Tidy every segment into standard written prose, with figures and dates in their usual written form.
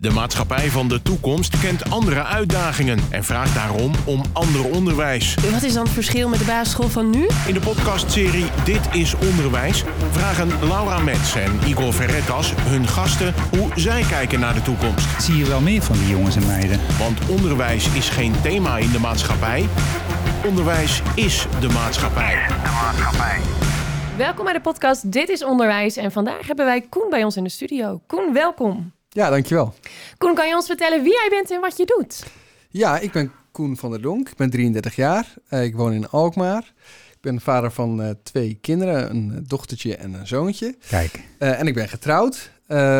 De maatschappij van de toekomst kent andere uitdagingen en vraagt daarom om ander onderwijs. Wat is dan het verschil met de basisschool van nu? In de podcastserie Dit is Onderwijs vragen Laura Metz en Igor Verretas hun gasten hoe zij kijken naar de toekomst. Zie je wel meer van die jongens en meiden? Want onderwijs is geen thema in de maatschappij. Onderwijs is de maatschappij. Welkom bij de podcast Dit is Onderwijs. En vandaag hebben wij Koen bij ons in de studio. Koen, welkom. Ja, dankjewel. Koen, kan je ons vertellen wie jij bent en wat je doet? Ja, ik ben Koen van der Donk. Ik ben 33 jaar. Ik woon in Alkmaar. Ik ben vader van 2 kinderen, een dochtertje en een zoontje. Kijk. En ik ben getrouwd.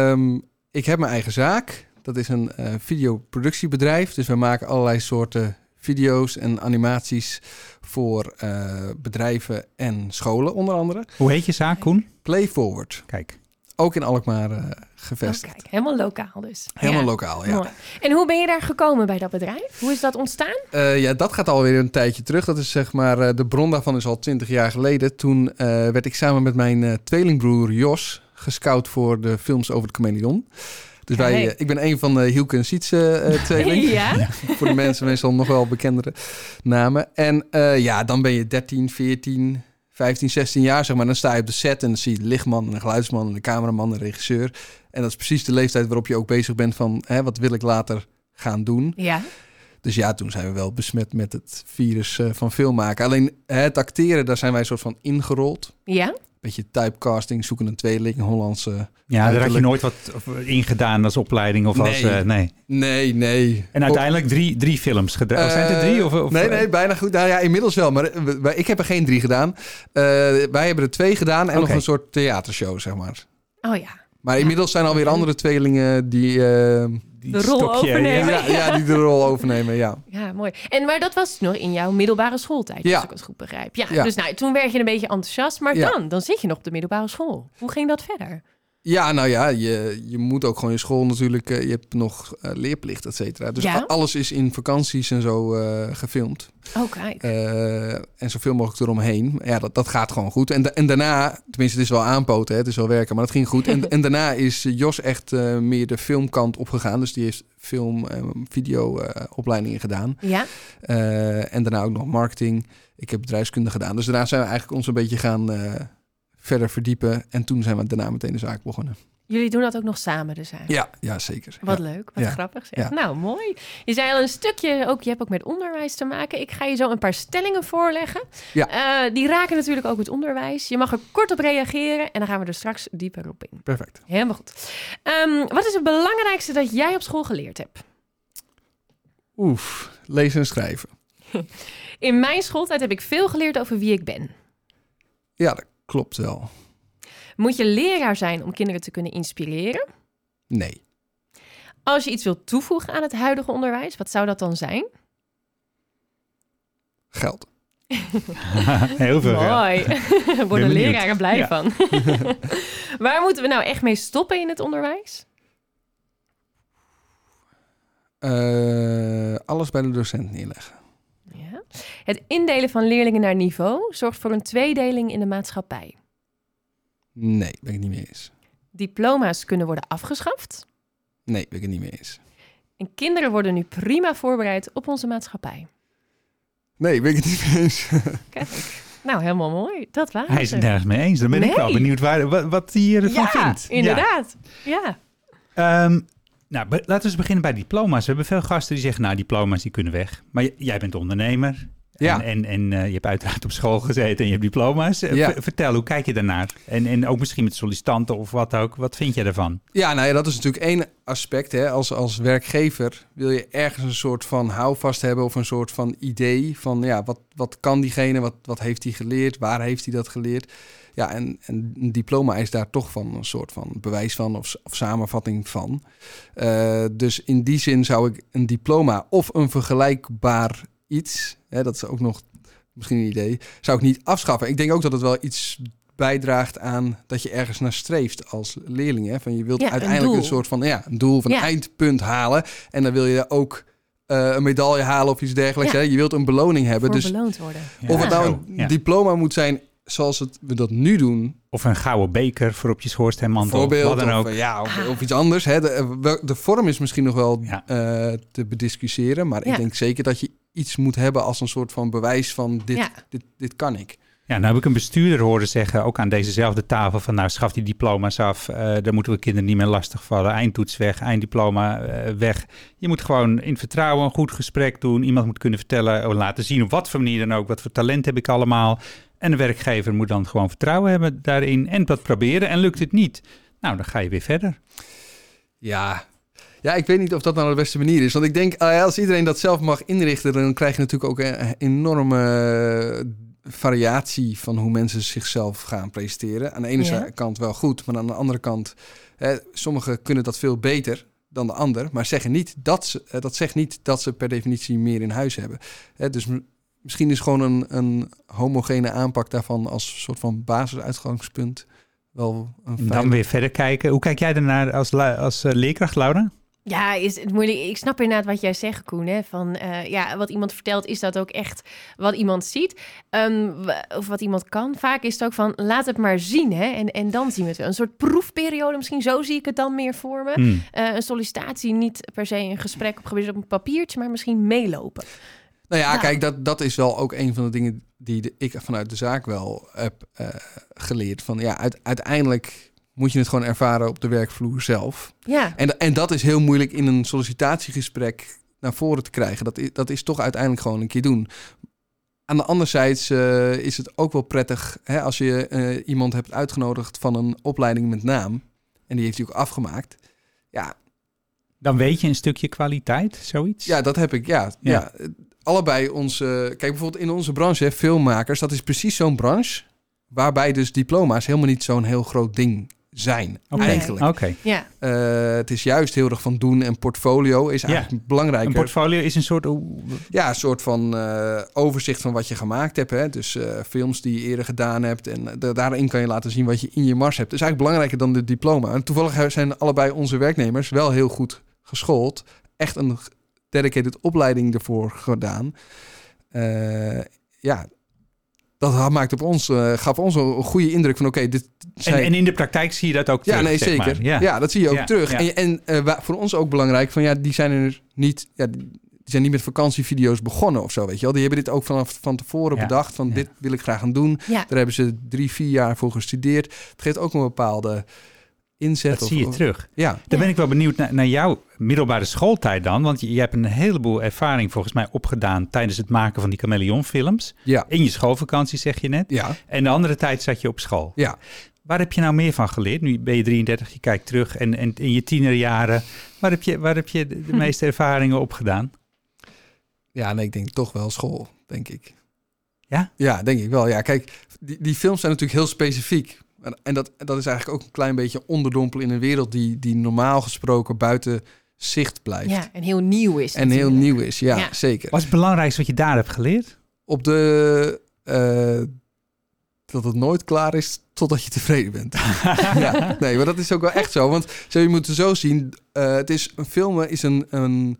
Ik heb mijn eigen zaak. Dat is een videoproductiebedrijf. Dus we maken allerlei soorten video's en animaties voor bedrijven en scholen onder andere. Hoe heet je zaak, Koen? Play Forward. Kijk. Ook in Alkmaar gevestigd. Kijk, helemaal lokaal dus. Helemaal lokaal, ja. Mooi. En hoe ben je daar gekomen bij dat bedrijf? Hoe is dat ontstaan? Ja, dat gaat alweer een tijdje terug. Dat is zeg maar, de bron daarvan is al 20 jaar geleden. Toen werd ik samen met mijn tweelingbroer Jos gescout voor de films over het chameleon. Dus ik ben een van de Hielke en Sietse tweeling. Ja? Voor de mensen meestal nog wel bekendere namen. En dan ben je 13, 14... 15, 16 jaar, zeg maar, dan sta je op de set en dan zie je de lichtman en een geluidsman en een cameraman en een regisseur. En dat is precies de leeftijd waarop je ook bezig bent van, wat wil ik later gaan doen? Ja. Dus ja, toen zijn we wel besmet met het virus van filmmaken. Alleen het acteren, daar zijn wij een soort van ingerold. Ja? Beetje typecasting, zoeken een tweeling, Hollandse. Ja, daar had je nooit wat ingedaan als opleiding of als... Nee. Nee. En uiteindelijk drie films gedaan. Zijn er 3? Of, nee, bijna goed. Nou ja, inmiddels wel. Maar ik heb er geen 3 gedaan. Wij hebben er 2 gedaan en nog een soort theatershow, zeg maar. Oh ja. Maar inmiddels zijn alweer andere tweelingen die... de rol overnemen. Ja, die de rol overnemen, ja. Ja, mooi. Maar dat was nog in jouw middelbare schooltijd, als ik het goed begrijp. Ja. Dus toen werd je een beetje enthousiast, maar dan zit je nog op de middelbare school. Hoe ging dat verder? Ja, nou ja, je moet ook gewoon je school natuurlijk... je hebt nog leerplicht, et cetera. Dus alles is in vakanties en zo gefilmd. Oh, kijk. En zoveel mogelijk eromheen. Ja, dat gaat gewoon goed. En daarna, tenminste het is wel aanpoten, het is wel werken, maar dat ging goed. En daarna is Jos echt meer de filmkant opgegaan. Dus die heeft film- en video-opleidingen gedaan. Ja. En daarna ook nog marketing. Ik heb bedrijfskunde gedaan. Dus daarna zijn we eigenlijk ons een beetje gaan... verder verdiepen. En toen zijn we daarna meteen de zaak begonnen. Jullie doen dat ook nog samen, de zaak? Ja, zeker. Wat leuk, wat grappig zeg. Ja. Nou, mooi. Je zei al een stukje, je hebt ook met onderwijs te maken. Ik ga je zo een paar stellingen voorleggen. Ja. Die raken natuurlijk ook het onderwijs. Je mag er kort op reageren en dan gaan we er straks dieper op in. Perfect. Helemaal goed. Wat is het belangrijkste dat jij op school geleerd hebt? Lezen en schrijven. In mijn schooltijd heb ik veel geleerd over wie ik ben. Ja, dat klopt wel. Moet je leraar zijn om kinderen te kunnen inspireren? Nee. Als je iets wilt toevoegen aan het huidige onderwijs, wat zou dat dan zijn? Geld. Heel veel. Mooi. Daar worden leraren blij van. Waar moeten we nou echt mee stoppen in het onderwijs? Alles bij de docent neerleggen. Ja. Het indelen van leerlingen naar niveau zorgt voor een tweedeling in de maatschappij. Nee, ben ik het niet mee eens. Diploma's kunnen worden afgeschaft. Nee, ben ik het niet mee eens. En kinderen worden nu prima voorbereid op onze maatschappij. Nee, ben ik het niet mee eens. Kijk, nou helemaal mooi. Dat waren Hij is het nergens mee eens. Dan ben ik wel benieuwd wat hij ervan vindt. Inderdaad. Ja. Nou, laten we eens beginnen bij diploma's. We hebben veel gasten die zeggen, diploma's die kunnen weg. Maar jij bent ondernemer. Ja. En je hebt uiteraard op school gezeten en je hebt diploma's. Vertel, hoe kijk je daarnaar? En ook misschien met sollicitanten of wat ook. Wat vind je ervan? Ja, nou ja, dat is natuurlijk één aspect. Hè. Als werkgever wil je ergens een soort van houvast hebben of een soort van idee van wat kan diegene, wat heeft hij geleerd, waar heeft hij dat geleerd? Ja, en een diploma is daar toch van een soort van bewijs van of samenvatting van. Dus in die zin zou ik een diploma of een vergelijkbaar iets, dat is ook nog misschien een idee, zou ik niet afschaffen. Ik denk ook dat het wel iets bijdraagt aan dat je ergens naar streeft als leerling. Hè? Van je wilt uiteindelijk een soort van een doel of een eindpunt halen. En dan wil je ook een medaille halen of iets dergelijks. Ja. Hè? Je wilt een beloning hebben. Voor beloond worden. Of het nou een diploma moet zijn, zoals we dat nu doen... Of een gouden beker voor op je schoorsteenmantel. Bijvoorbeeld, wat dan ook. Of iets anders. Hè. De vorm is misschien nog wel te bediscussiëren. Maar ik denk zeker dat je iets moet hebben als een soort van bewijs van dit kan ik. Ja, nou heb ik een bestuurder horen zeggen, ook aan dezezelfde tafel, van nou schaf die diploma's af, daar moeten we kinderen niet meer lastigvallen, eindtoets weg, einddiploma weg. Je moet gewoon in vertrouwen een goed gesprek doen, iemand moet kunnen vertellen, laten zien op wat voor manier dan ook, wat voor talent heb ik allemaal. En de werkgever moet dan gewoon vertrouwen hebben daarin en dat proberen. En lukt het niet, nou dan ga je weer verder. Ja, ik weet niet of dat nou de beste manier is. Want ik denk, als iedereen dat zelf mag inrichten, dan krijg je natuurlijk ook een enorme variatie van hoe mensen zichzelf gaan presenteren. Aan de ene kant wel goed, maar aan de andere kant... sommigen kunnen dat veel beter dan de ander, maar zeggen niet dat zegt niet dat ze per definitie meer in huis hebben. Dus misschien is gewoon een homogene aanpak daarvan als soort van basisuitgangspunt wel een en dan weer verder kijken. Hoe kijk jij ernaar als leerkracht, Laura? Ja, is het moeilijk. Ik snap inderdaad wat jij zegt, Koen. Hè? Van, wat iemand vertelt, is dat ook echt wat iemand ziet? Of wat iemand kan? Vaak is het ook van, laat het maar zien. Hè? En dan zien we het wel. Een soort proefperiode, misschien zo zie ik het dan meer voor me. Een sollicitatie, niet per se een gesprek op een papiertje, maar misschien meelopen. Nou ja, kijk, dat is wel ook een van de dingen die ik vanuit de zaak wel heb geleerd. Van uiteindelijk moet je het gewoon ervaren op de werkvloer zelf. Ja. En dat is heel moeilijk in een sollicitatiegesprek naar voren te krijgen. Dat is toch uiteindelijk gewoon een keer doen. Aan de andere zijde is het ook wel prettig als je iemand hebt uitgenodigd van een opleiding met naam. En die heeft hij ook afgemaakt. Ja. Dan weet je een stukje kwaliteit, zoiets? Ja, dat heb ik, ja. Allebei kijk bijvoorbeeld in onze branche, filmmakers, dat is precies zo'n branche waarbij dus diploma's helemaal niet zo'n heel groot ding zijn, eigenlijk. Okay. Ja. Het is juist heel erg van doen en portfolio is eigenlijk belangrijker. Een portfolio is een soort... Ja, een soort van overzicht van wat je gemaakt hebt. Hè? Dus films die je eerder gedaan hebt. En daarin kan je laten zien wat je in je mars hebt. Dat is eigenlijk belangrijker dan de diploma. En toevallig zijn allebei onze werknemers wel heel goed geschoold. Echt een dedicated opleiding ervoor gedaan. Dat maakt gaf ons een goede indruk van dit zijn... En in de praktijk zie je dat ook terug, Ja, nee, zeg zeker. Maar. Ja, dat zie je ook terug. Ja. En voor ons ook belangrijk van die zijn er niet... die zijn niet met vakantievideo's begonnen of zo, weet je wel. Die hebben dit ook van tevoren bedacht van dit wil ik graag gaan doen. Ja. Daar hebben ze 3-4 jaar voor gestudeerd. Het geeft ook een bepaalde inzet. Dat zie je terug. Ja. Dan ben ik wel benieuwd naar jouw middelbare schooltijd dan. Want je hebt een heleboel ervaring volgens mij opgedaan tijdens het maken van die chameleonfilms. Ja. In je schoolvakantie, zeg je net. Ja. En de andere tijd zat je op school. Ja. Waar heb je nou meer van geleerd? Nu ben je 33, je kijkt terug. En in je tienerjaren, waar heb je de meeste ervaringen opgedaan? Ja, nee, ik denk toch wel school, denk ik. Ja? Ja, denk ik wel. Ja, kijk, die films zijn natuurlijk heel specifiek. En dat is eigenlijk ook een klein beetje onderdompelen in een wereld die normaal gesproken buiten zicht blijft. Ja, en heel nieuw is. En heel nieuw is, ja, zeker. Wat is het belangrijkste wat je daar hebt geleerd? Op dat het nooit klaar is totdat je tevreden bent. Ja, nee, maar dat is ook wel echt zo. Want je moet het zo zien, filmen is een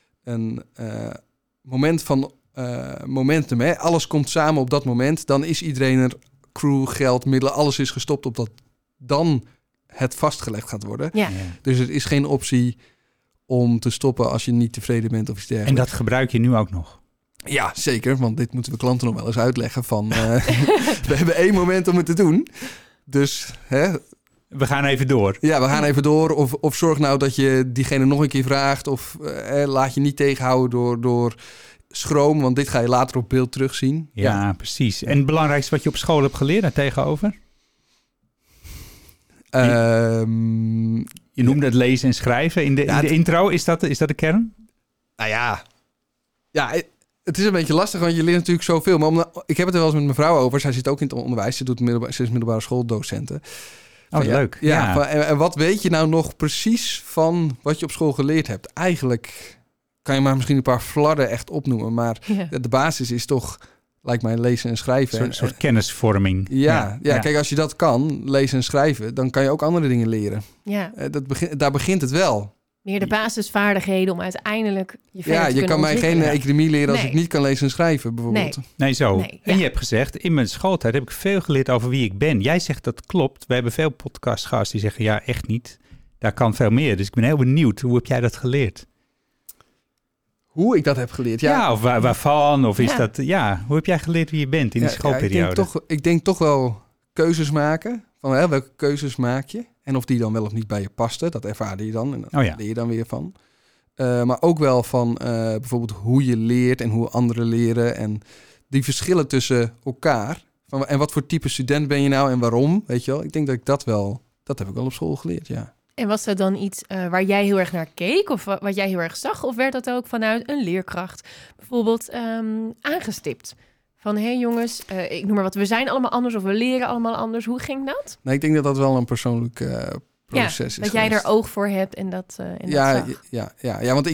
moment van momentum. Hè? Alles komt samen op dat moment. Dan is iedereen er, crew, geld, middelen, alles is gestopt op dat dan het vastgelegd gaat worden. Ja. Dus er is geen optie om te stoppen als je niet tevreden bent of iets dergelijks. En dat gebruik je nu ook nog? Ja, zeker. Want dit moeten we klanten nog wel eens uitleggen van... we hebben 1 moment om het te doen. Dus... we gaan even door. Ja, we gaan even door. Of zorg nou dat je diegene nog een keer vraagt. Of laat je niet tegenhouden door schroom. Want dit ga je later op beeld terugzien. Ja, precies. En het belangrijkste wat je op school hebt geleerd daar tegenover? Je noemde het lezen en schrijven in de intro. Is dat de kern? Nou ja... Ja, het is een beetje lastig, want je leert natuurlijk zoveel. Maar ik heb het er wel eens met mijn vrouw over. Zij zit ook in het onderwijs. Ze is middelbare schooldocenten. Leuk. Ja. En wat weet je nou nog precies van wat je op school geleerd hebt? Eigenlijk kan je maar misschien een paar flarden echt opnoemen. Maar de basis is toch, lijkt mij, lezen en schrijven. Een soort kennisvorming. Ja, kijk, als je dat kan, lezen en schrijven... dan kan je ook andere dingen leren. Ja. Daar begint het wel. Meer de basisvaardigheden om uiteindelijk je verder te kunnen je kan mij geen economie leren als ik niet kan lezen en schrijven, bijvoorbeeld. Nee, zo. Nee, en je hebt gezegd, in mijn schooltijd heb ik veel geleerd over wie ik ben. Jij zegt dat klopt. We hebben veel podcastgasten die zeggen, ja, echt niet. Daar kan veel meer. Dus ik ben heel benieuwd. Hoe heb jij dat geleerd? Hoe ik dat heb geleerd? Ja, of waarvan? Of is dat... Ja, hoe heb jij geleerd wie je bent in die schoolperiode? Ik denk toch wel keuzes maken. Van welke keuzes maak je? En of die dan wel of niet bij je pasten. Dat ervaarde je dan. En daar leer je dan weer van. Maar ook wel van bijvoorbeeld hoe je leert en hoe anderen leren. En die verschillen tussen elkaar. En wat voor type student ben je nou en waarom? Weet je wel? Ik denk dat ik dat heb ik wel op school geleerd, ja. En was dat dan iets waar jij heel erg naar keek of wat jij heel erg zag? Of werd dat ook vanuit een leerkracht bijvoorbeeld aangestipt? Van, hé jongens, ik noem maar wat, we zijn allemaal anders of we leren allemaal anders. Hoe ging dat? Nee, ik denk dat dat wel een persoonlijk proces is dat jij er oog voor hebt en dat zag. Ja, want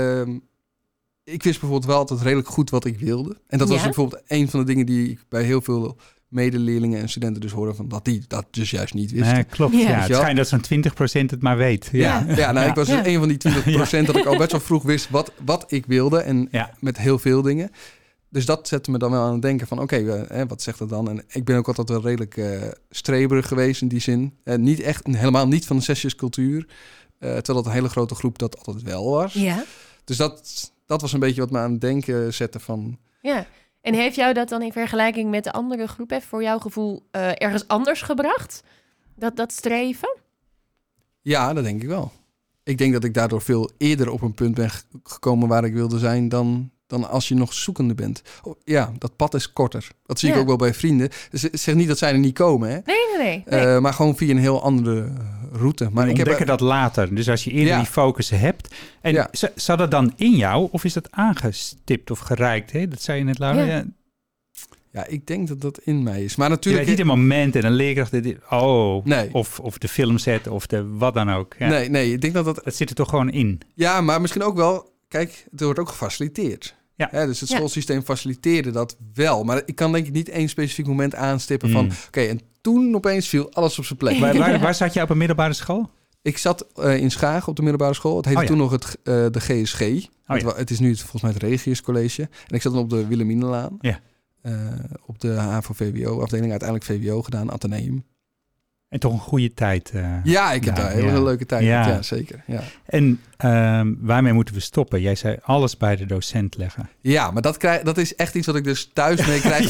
ik wist bijvoorbeeld wel altijd redelijk goed wat ik wilde. En dat was bijvoorbeeld een van de dingen die ik bij heel veel medeleerlingen en studenten dus horen van dat die dat dus juist niet wisten. Nee, klopt. Ja. Het schijnt dat zo'n 20% het maar weet. Ik was dus een van die 20% dat ik al best wel vroeg wist wat ik wilde en met heel veel dingen. Dus dat zette me dan wel aan het denken van oké, wat zegt dat dan? En ik ben ook altijd wel redelijk streberig geweest in die zin. Helemaal niet van de sessiescultuur. Terwijl dat een hele grote groep dat altijd wel was. Ja. Dus dat was een beetje wat me aan het denken zette van... Ja. En heeft jou dat dan in vergelijking met de andere groep voor jouw gevoel ergens anders gebracht? Dat streven? Ja, dat denk ik wel. Ik denk dat ik daardoor veel eerder op een punt ben gekomen waar ik wilde zijn dan als je nog zoekende bent. Ja, dat pad is korter. Dat zie ik ook wel bij vrienden. Dus zeg niet dat zij er niet komen, hè? Nee. Maar gewoon via een heel andere route. Maar ik ontdekken dat later. Dus als je eerder die focus hebt. En zat dat dan in jou of is dat aangestipt of gereikt? Hè? Dat zei je net, Laura. Ja, ik denk dat dat in mij is. Maar natuurlijk... Je weet niet een moment en een leerkracht... Nee. Of de filmset of de wat dan ook. Ja. Nee. Ik denk dat... Dat zit er toch gewoon in. Ja, maar misschien ook wel... Kijk, het wordt ook gefaciliteerd. Ja. Dus het schoolsysteem faciliteerde dat wel. Maar ik kan denk ik niet één specifiek moment aanstippen van... Oké, en toen opeens viel alles op zijn plek. Waar zat je op een middelbare school? Ik zat in Schagen op de middelbare school. Het heette toen nog de GSG. Het is nu volgens mij het Regius College. En ik zat dan op de Wilhelminalaan. Ja. Op de HAVO-VWO-afdeling. Uiteindelijk VWO gedaan, Atheneum. En toch een goede tijd. Ik heb daar een hele leuke tijd gehad. Ja, zeker. Ja. En waarmee moeten we stoppen? Jij zei alles bij de docent leggen. Ja, maar dat is echt iets wat ik dus thuis mee krijg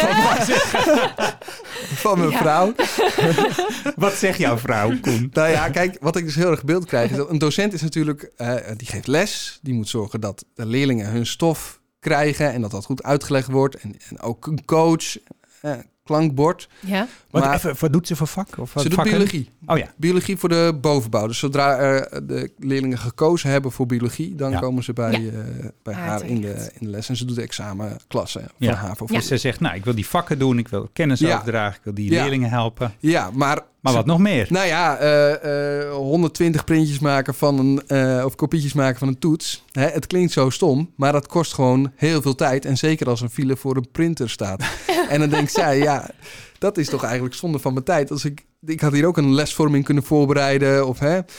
van mijn vrouw. Wat zegt jouw vrouw, Koen? Nou ja, kijk, wat ik dus heel erg beeld krijg... is dat een docent is natuurlijk... die geeft les. Die moet zorgen dat de leerlingen hun stof krijgen... en dat dat goed uitgelegd wordt. En ook een coach... klankbord. Ja. Wat doet ze voor vak? Of ze doet biologie. Oh ja. Biologie voor de bovenbouw. Dus zodra de leerlingen gekozen hebben voor biologie... dan komen ze bij haar in de les. En ze doet de examenklassen van HAVO. Dus ze zegt, ik wil die vakken doen. Ik wil kennis overdragen. Ik wil die leerlingen helpen. Ja, maar wat nog meer? Nou ja, 120 printjes maken van of kopietjes maken van een toets. Het klinkt zo stom, maar dat kost gewoon heel veel tijd. En zeker als een file voor een printer staat. En dan denkt zij, dat is toch eigenlijk zonde van mijn tijd. Als ik had hier ook een lesvorming kunnen voorbereiden.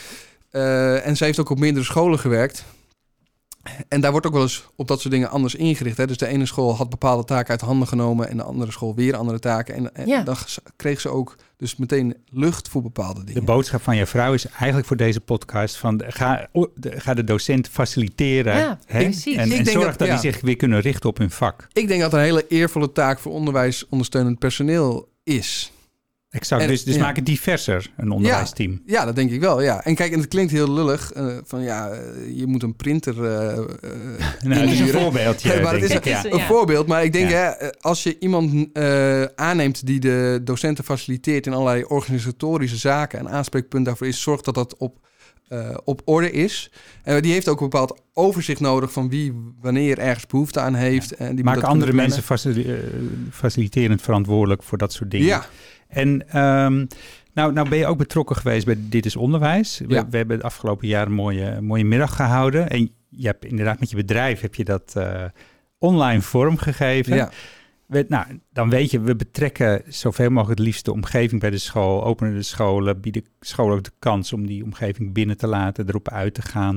En zij heeft ook op meerdere scholen gewerkt. En daar wordt ook wel eens op dat soort dingen anders ingericht. Hè? Dus de ene school had bepaalde taken uit handen genomen... en de andere school weer andere taken. En dan kreeg ze ook dus meteen lucht voor bepaalde dingen. De boodschap van je vrouw is eigenlijk voor deze podcast... van ga de docent faciliteren. Ja, precies. En zorg dat die zich weer kunnen richten op hun vak. Ik denk dat een hele eervolle taak voor onderwijsondersteunend personeel is... Exact, dus maak het diverser, een onderwijsteam. Ja, dat denk ik wel, ja. En kijk, en het klinkt heel lullig, je moet een printer dat is een voorbeeldje, maar het is een voorbeeld, maar ik denk, als je iemand aanneemt die de docenten faciliteert in allerlei organisatorische zaken, een aanspreekpunt daarvoor is, zorg dat dat op orde is. Die heeft ook een bepaald overzicht nodig van wie wanneer ergens behoefte aan heeft. En die maken andere mensen faciliterend verantwoordelijk voor dat soort dingen. Ja. En nou ben je ook betrokken geweest bij Dit is Onderwijs. We hebben het afgelopen jaar een mooie middag gehouden. En je hebt inderdaad met je bedrijf heb je dat online vormgegeven. Ja. Dan weet je, we betrekken zoveel mogelijk het liefst de omgeving bij de school. Openen de scholen, bieden scholen ook de kans om die omgeving binnen te laten, erop uit te gaan.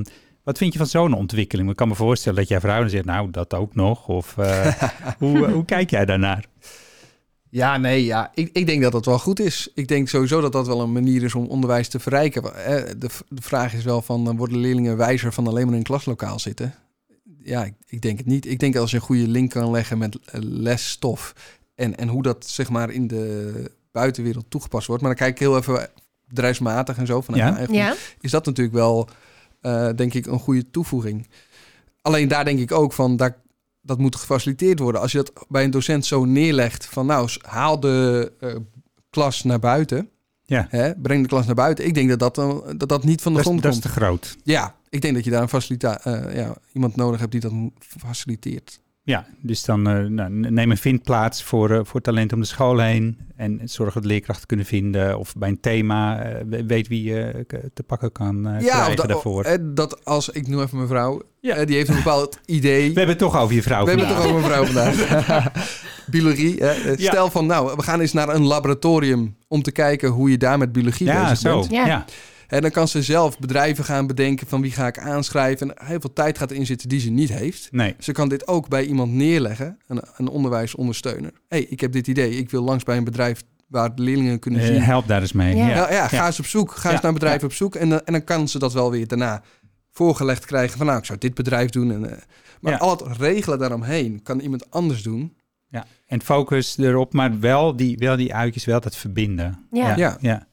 Wat vind je van zo'n ontwikkeling? Ik kan me voorstellen dat jij vrouw dan zegt, nou, dat ook nog. Of hoe kijk jij daarnaar? Ja, ik denk dat dat wel goed is. Ik denk sowieso dat dat wel een manier is om onderwijs te verrijken. De vraag is wel van, worden leerlingen wijzer van alleen maar in een klaslokaal zitten? Ja, ik denk het niet. Ik denk als je een goede link kan leggen met lesstof en hoe dat zeg maar in de buitenwereld toegepast wordt. Maar dan kijk ik heel even bedrijfsmatig en zo. Is dat natuurlijk wel, denk ik, een goede toevoeging. Alleen daar denk ik ook van, dat moet gefaciliteerd worden. Als je dat bij een docent zo neerlegt van, nou, haal de klas naar buiten. Ja. Breng de klas naar buiten. Ik denk dat niet van de grond komt. Dat is te groot. Ja, ik denk dat je daar iemand nodig hebt die dat faciliteert. Ja, dus dan neem een vindplaats voor talent om de school heen. En zorg dat leerkrachten kunnen vinden. Of bij een thema weet wie je te pakken kan krijgen daarvoor. Ik noem even mijn vrouw. Ja. Die heeft een bepaald idee. We hebben het toch over je vrouw vandaag. Biologie. Stel van, nou, we gaan eens naar een laboratorium om te kijken hoe je daar met biologie bezig bent. Ja. En dan kan ze zelf bedrijven gaan bedenken van wie ga ik aanschrijven. En heel veel tijd gaat erin zitten die ze niet heeft. Nee. Ze kan dit ook bij iemand neerleggen, een onderwijsondersteuner. Ik heb dit idee. Ik wil langs bij een bedrijf waar de leerlingen kunnen zien. Help daar eens mee. Ja. Ga eens op zoek. Ga eens naar bedrijven op zoek. En dan kan ze dat wel weer daarna voorgelegd krijgen van, nou, ik zou dit bedrijf doen. Maar al het regelen daaromheen kan iemand anders doen. Ja, en focus erop, maar wel die uitjes, wel dat verbinden. Ja.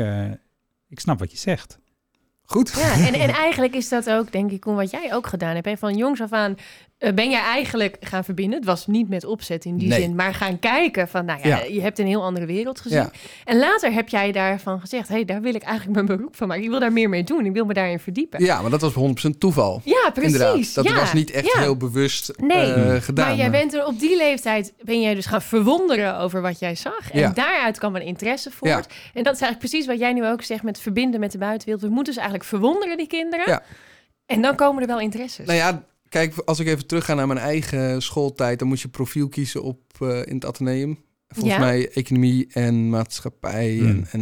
Ik snap wat je zegt. Goed. Ja, en eigenlijk is dat ook, denk ik, wat jij ook gedaan hebt. Hè? Van jongs af aan ben jij eigenlijk gaan verbinden. Het was niet met opzet in die zin, maar gaan kijken van, je hebt een heel andere wereld gezien. Ja. En later heb jij daarvan gezegd, daar wil ik eigenlijk mijn beroep van maken. Ik wil daar meer mee doen. Ik wil me daarin verdiepen. Ja, maar dat was 100% toeval. Ja, precies. Inderdaad. Dat was niet echt heel bewust gedaan. Maar jij bent er op die leeftijd, ben jij dus gaan verwonderen over wat jij zag. En daaruit kwam een interesse voort. Ja. En dat is eigenlijk precies wat jij nu ook zegt met verbinden met de buitenwereld. We moeten ze eigenlijk verwonderen, die kinderen. Ja. En dan komen er wel interesses. Nou ja, kijk, als ik even terug ga naar mijn eigen schooltijd, dan moest je profiel kiezen in het ateneum. Volgens mij economie en maatschappij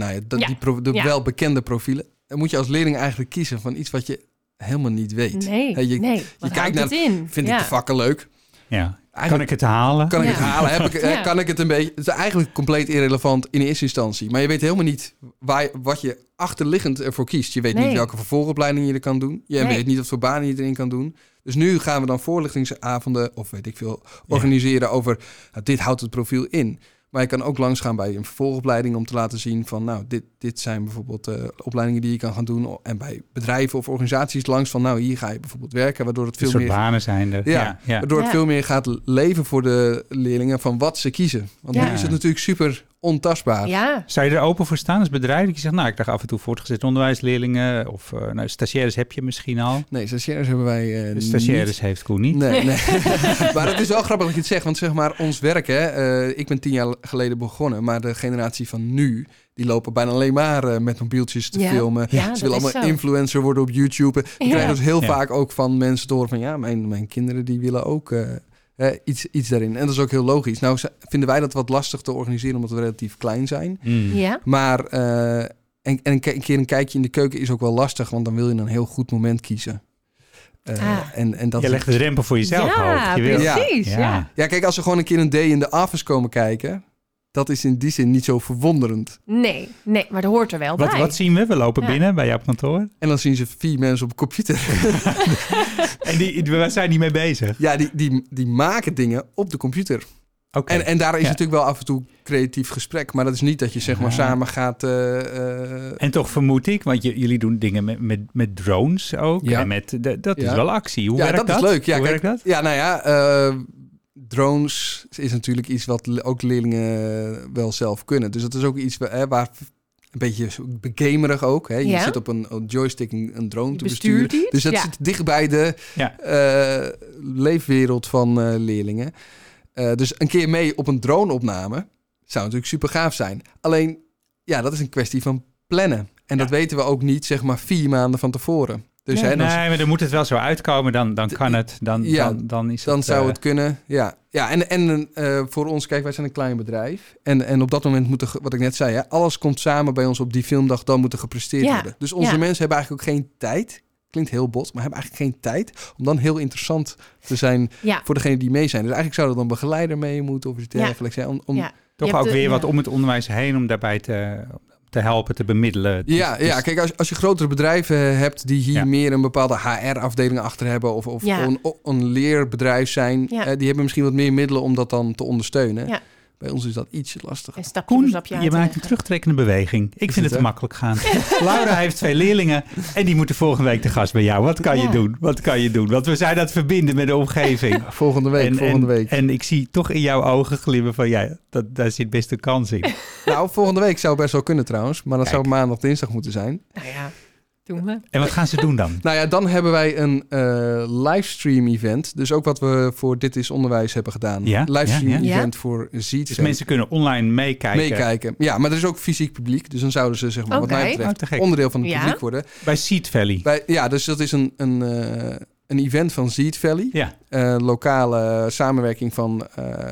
de welbekende profielen. Dan moet je als leerling eigenlijk kiezen van iets wat je helemaal niet weet. Je kijkt naar, vind ik de vakken leuk? Ja. Kan ik het halen? Kan ik het halen? Kan ik het een beetje? Het is eigenlijk compleet irrelevant in eerste instantie. Maar je weet helemaal niet wat je achterliggend ervoor kiest. Je weet niet welke vervolgopleiding je er kan doen. Je weet niet wat voor banen je erin kan doen. Dus nu gaan we dan voorlichtingsavonden of weet ik veel organiseren over dit houdt het profiel in. Maar je kan ook langsgaan bij een vervolgopleiding om te laten zien van, nou, dit zijn bijvoorbeeld opleidingen die je kan gaan doen. En bij bedrijven of organisaties langs van, nou, hier ga je bijvoorbeeld werken, waardoor het veel meer banen zijn er. Waardoor het veel meer gaat leven voor de leerlingen van wat ze kiezen. Want nu is het natuurlijk super ontastbaar. Ja. Zou je er open voor staan als bedrijf? Dat je zegt, nou, ik dacht af en toe voortgezet onderwijsleerlingen of stagiaires heb je misschien al. Nee, stagiaires hebben wij stagiaires niet. heeft Koen niet. Nee. Maar het is wel grappig dat je het zegt, want zeg maar ons werk, ik ben 10 jaar geleden begonnen, maar de generatie van nu, die lopen bijna alleen maar met mobieltjes te filmen. Ja, ze willen allemaal influencer worden op YouTube. Ik krijg dus heel vaak ook van mensen te horen van, mijn kinderen die willen ook iets daarin. En dat is ook heel logisch. Nou vinden wij dat wat lastig te organiseren, omdat we relatief klein zijn. Ja. Maar een keer een kijkje in de keuken is ook wel lastig, want dan wil je een heel goed moment kiezen. En dat je legt de drempel voor jezelf hoog. Precies. Ja, kijk, als ze gewoon een keer een day in the office komen kijken, dat is in die zin niet zo verwonderend. Nee, maar dat hoort er wel bij. Wat zien we? We lopen binnen bij jouw kantoor. En dan zien ze 4 mensen op een computer. En waar zijn die mee bezig? Ja, die maken dingen op de computer. Okay. En daar is natuurlijk wel af en toe creatief gesprek. Maar dat is niet dat je zeg maar samen gaat... En toch vermoed ik, want jullie doen dingen met drones ook. Ja. En dat is wel actie. Hoe werkt dat? Dat is leuk. Hoe werkt dat? Ja, nou ja... drones is natuurlijk iets wat ook leerlingen wel zelf kunnen. Dus dat is ook iets waar een beetje gamerig ook. Hè? Je zit op een joystick een drone te besturen. Dus dat zit dicht bij de leefwereld van leerlingen. Dus een keer mee op een drone-opname zou natuurlijk super gaaf zijn. Alleen, dat is een kwestie van plannen. En dat weten we ook niet, zeg maar, 4 maanden van tevoren. Dus, maar dan moet het wel zo uitkomen, dan kan het. Dan is dan het, zou het kunnen, en voor ons, kijk, wij zijn een klein bedrijf. En op dat moment moet wat ik net zei, alles komt samen bij ons op die filmdag, dan moet er gepresteerd worden. Dus onze mensen hebben eigenlijk ook geen tijd. klinkt heel bot, maar hebben eigenlijk geen tijd om dan heel interessant te zijn voor degene die mee zijn. Dus eigenlijk zou er dan een begeleider mee moeten of iets dergelijks. Toch ook weer wat om het onderwijs heen om daarbij te helpen, te bemiddelen. Kijk, als je grotere bedrijven hebt die hier meer een bepaalde HR-afdeling achter hebben of een leerbedrijf zijn, die hebben misschien wat meer middelen om dat dan te ondersteunen. Ja. Bij ons is dat ietsje lastiger. Koen, je maakt een terugtrekkende beweging. Ik vind het te makkelijk gaan. Laura heeft 2 leerlingen en die moeten volgende week te gast bij jou. Wat kan je doen? Want we zijn dat verbinden met de omgeving. Volgende week. En ik zie toch in jouw ogen glimmen van daar zit best een kans in. Nou, volgende week zou best wel kunnen trouwens. Maar dat zou maandag, dinsdag moeten zijn. Nou ja. En wat gaan ze doen dan? Nou ja, dan hebben wij een livestream event. Dus ook wat we voor Dit is Onderwijs hebben gedaan. Livestream event voor Ziet. Dus mensen kunnen online meekijken. Ja, maar er is ook fysiek publiek. Dus dan zouden ze, zeg maar, wat mij betreft, onderdeel van het publiek worden. Bij Seed Valley. Dus dat is een event van Seed Valley. Ja. Lokale samenwerking van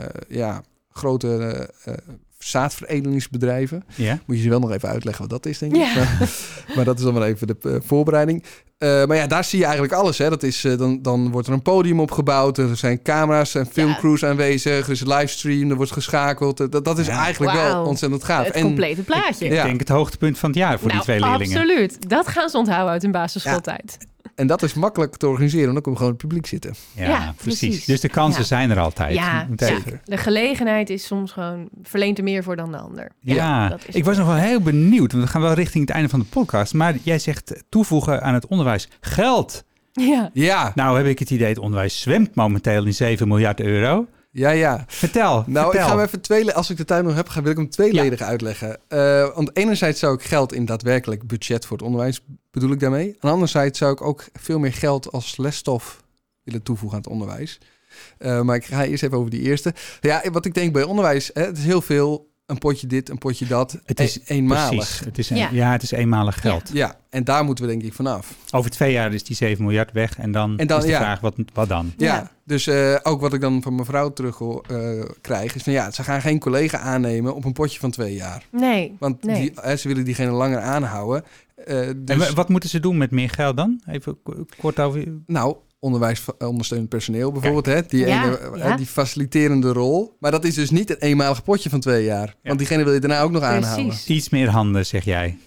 grote zaadveredelingsbedrijven. Ja. Moet je ze wel nog even uitleggen wat dat is, denk ik. Ja. Maar dat is dan wel even de voorbereiding. Maar daar zie je eigenlijk alles. Hè. Dat is, dan wordt er een podium opgebouwd. Er zijn camera's en filmcrews aanwezig. Er is een livestream, er wordt geschakeld. Dat is eigenlijk wel ontzettend gaaf. Het complete plaatje. Ik denk het hoogtepunt van het jaar voor die 2 leerlingen. Absoluut. Dat gaan ze onthouden uit hun basisschooltijd. En dat is makkelijk te organiseren, want dan kom gewoon het publiek zitten. Ja, precies. Dus de kansen zijn er altijd. Ja, de gelegenheid is soms gewoon verleent er meer voor dan de ander. Ja, ik was nog wel heel benieuwd, want we gaan wel richting het einde van de podcast. Maar jij zegt toevoegen aan het onderwijs geld. Ja. Nou heb ik het idee, het onderwijs zwemt momenteel in 7 miljard euro. Ja. Vertel. Ik ga hem even als ik de tijd nog heb, wil ik hem tweeledig uitleggen. Want enerzijds zou ik geld in daadwerkelijk budget voor het onderwijs, bedoel ik daarmee. En anderzijds zou ik ook veel meer geld als lesstof willen toevoegen aan het onderwijs. Maar ik ga eerst even over die eerste. Ja, wat ik denk bij onderwijs, het is heel veel, een potje dit, een potje dat. Het is eenmalig. Precies. Het is eenmalig geld. Ja, en daar moeten we denk ik vanaf. Over 2 jaar is die 7 miljard weg en dan is de vraag, wat dan? Ja, dus ook wat ik dan van mijn vrouw terug krijg, is van ze gaan geen collega aannemen op een potje van 2 jaar. Nee. Want ze willen diegene langer aanhouden. Dus... En wat moeten ze doen met meer geld dan? Even kort over... Nou, onderwijs ondersteunend personeel bijvoorbeeld. Hè? Die faciliterende rol. Maar dat is dus niet een eenmalig potje van 2 jaar. Ja. Want diegene wil je daarna ook nog aanhouden. Iets meer handen, zeg jij.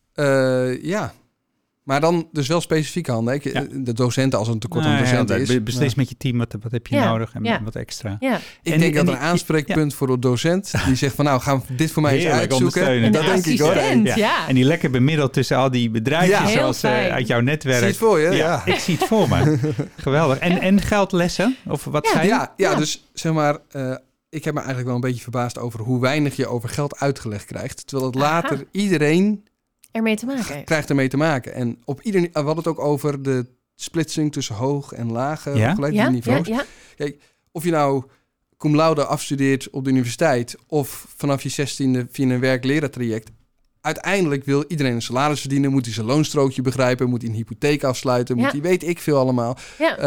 Ja. Maar dan dus wel specifieke handen. De docenten, als er een tekort aan docenten is. Beslis met je team, wat heb je nodig en wat extra. Ja. Ik denk dat een aanspreekpunt voor de docent die zegt van nou, gaan we dit voor mij eens uitzoeken. Dat denk ik hoor. En die lekker bemiddeld tussen al die bedrijven zoals uit jouw netwerk. Zie je het voor je? Ja. Ik zie het voor me. Geweldig. En geldlessen? Of wat zei je? Ja, dus zeg maar... ik heb me eigenlijk wel een beetje verbaasd over hoe weinig je over geld uitgelegd krijgt. Terwijl het later iedereen... ermee te maken krijgt ermee te maken. En op we hadden het ook over de splitsing tussen hoog en lage niveaus. Ja. Kijk, of je nou cum laude afstudeert op de universiteit of vanaf je 16e via een werk-leraartraject. Uiteindelijk wil iedereen een salaris verdienen, moet hij zijn loonstrookje begrijpen, moet hij een hypotheek afsluiten, moet hij weet ik veel allemaal. Ja.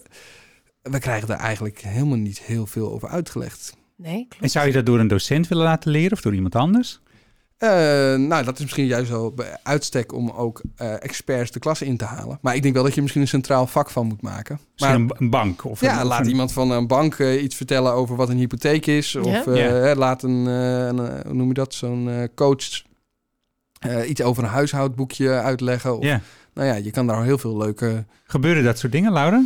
We krijgen daar eigenlijk helemaal niet heel veel over uitgelegd. Nee, klopt. En zou je dat door een docent willen laten leren of door iemand anders? Dat is misschien juist wel bij uitstek om ook experts de klas in te halen. Maar ik denk wel dat je misschien een centraal vak van moet maken. Misschien een bank? Laat iemand van een bank iets vertellen over wat een hypotheek is. Of laat hoe noem je dat, zo'n coach iets over een huishoudboekje uitleggen. Of, nou ja, je kan daar al heel veel leuke... Gebeuren dat soort dingen, Laura?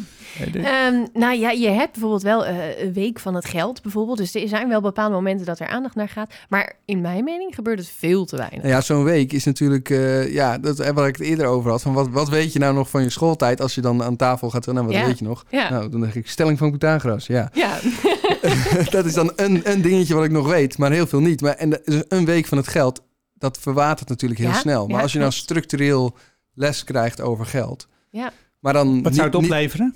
Je hebt bijvoorbeeld wel een week van het geld bijvoorbeeld. Dus er zijn wel bepaalde momenten dat er aandacht naar gaat. Maar in mijn mening gebeurt het veel te weinig. Ja, zo'n week is natuurlijk... dat waar ik het eerder over had. Van wat weet je nou nog van je schooltijd als je dan aan tafel gaat? Nou, wat weet je nog? Ja. Nou, dan denk ik stelling van Pythagoras. Ja. Dat is dan een dingetje wat ik nog weet, maar heel veel niet. Dus een week van het geld, dat verwatert natuurlijk heel snel. Maar als je nou structureel les krijgt over geld... Ja. Maar dan wat zou het opleveren?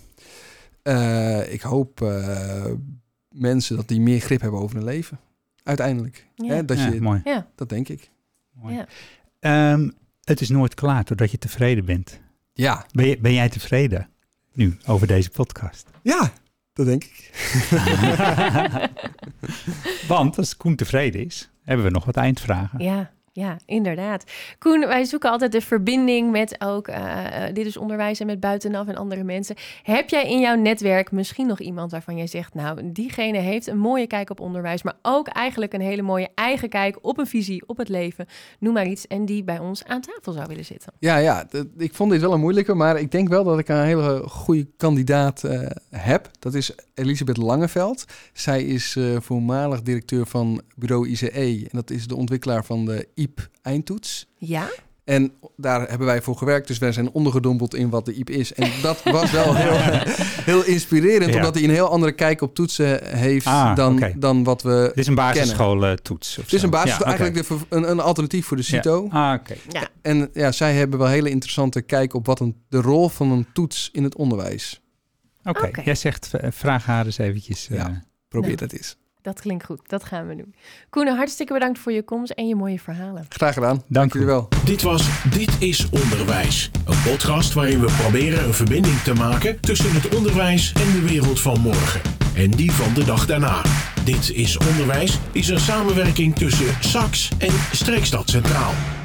Ik hoop mensen dat die meer grip hebben over hun leven. Uiteindelijk. Ja. Hè, mooi. Ja. Dat denk ik. Mooi. Ja. Het is nooit klaar doordat je tevreden bent. Ja. Ben jij tevreden nu over deze podcast? Ja, dat denk ik. Want als Koen tevreden is, hebben we nog wat eindvragen. Ja. Ja, inderdaad. Koen, wij zoeken altijd de verbinding met ook Dit is Onderwijs en met buitenaf en andere mensen. Heb jij in jouw netwerk misschien nog iemand waarvan jij zegt, nou, diegene heeft een mooie kijk op onderwijs, maar ook eigenlijk een hele mooie eigen kijk op een visie, op het leven, noem maar iets, en die bij ons aan tafel zou willen zitten? Ja, ik vond dit wel een moeilijke, maar ik denk wel dat ik een hele goede kandidaat heb. Dat is Elisabeth Langeveld. Zij is voormalig directeur van bureau ICE en dat is de ontwikkelaar van de IEP eindtoets. Ja. En daar hebben wij voor gewerkt, dus wij zijn ondergedompeld in wat de IEP is. En dat was wel heel inspirerend, omdat hij een heel andere kijk op toetsen heeft dan wat we Het is een basisschooltoets. Het is een basisschool, eigenlijk een alternatief voor de CITO. Ja. Ja. En zij hebben wel hele interessante kijk op wat de rol van een toets in het onderwijs. Oké. Jij zegt, vraag haar eens eventjes. Probeer dat eens. Dat klinkt goed, dat gaan we doen. Koen, hartstikke bedankt voor je komst en je mooie verhalen. Graag gedaan. Dank jullie wel. Dit was Dit is Onderwijs. Een podcast waarin we proberen een verbinding te maken tussen het onderwijs en de wereld van morgen. En die van de dag daarna. Dit is Onderwijs is een samenwerking tussen SAX en Streekstad Centraal.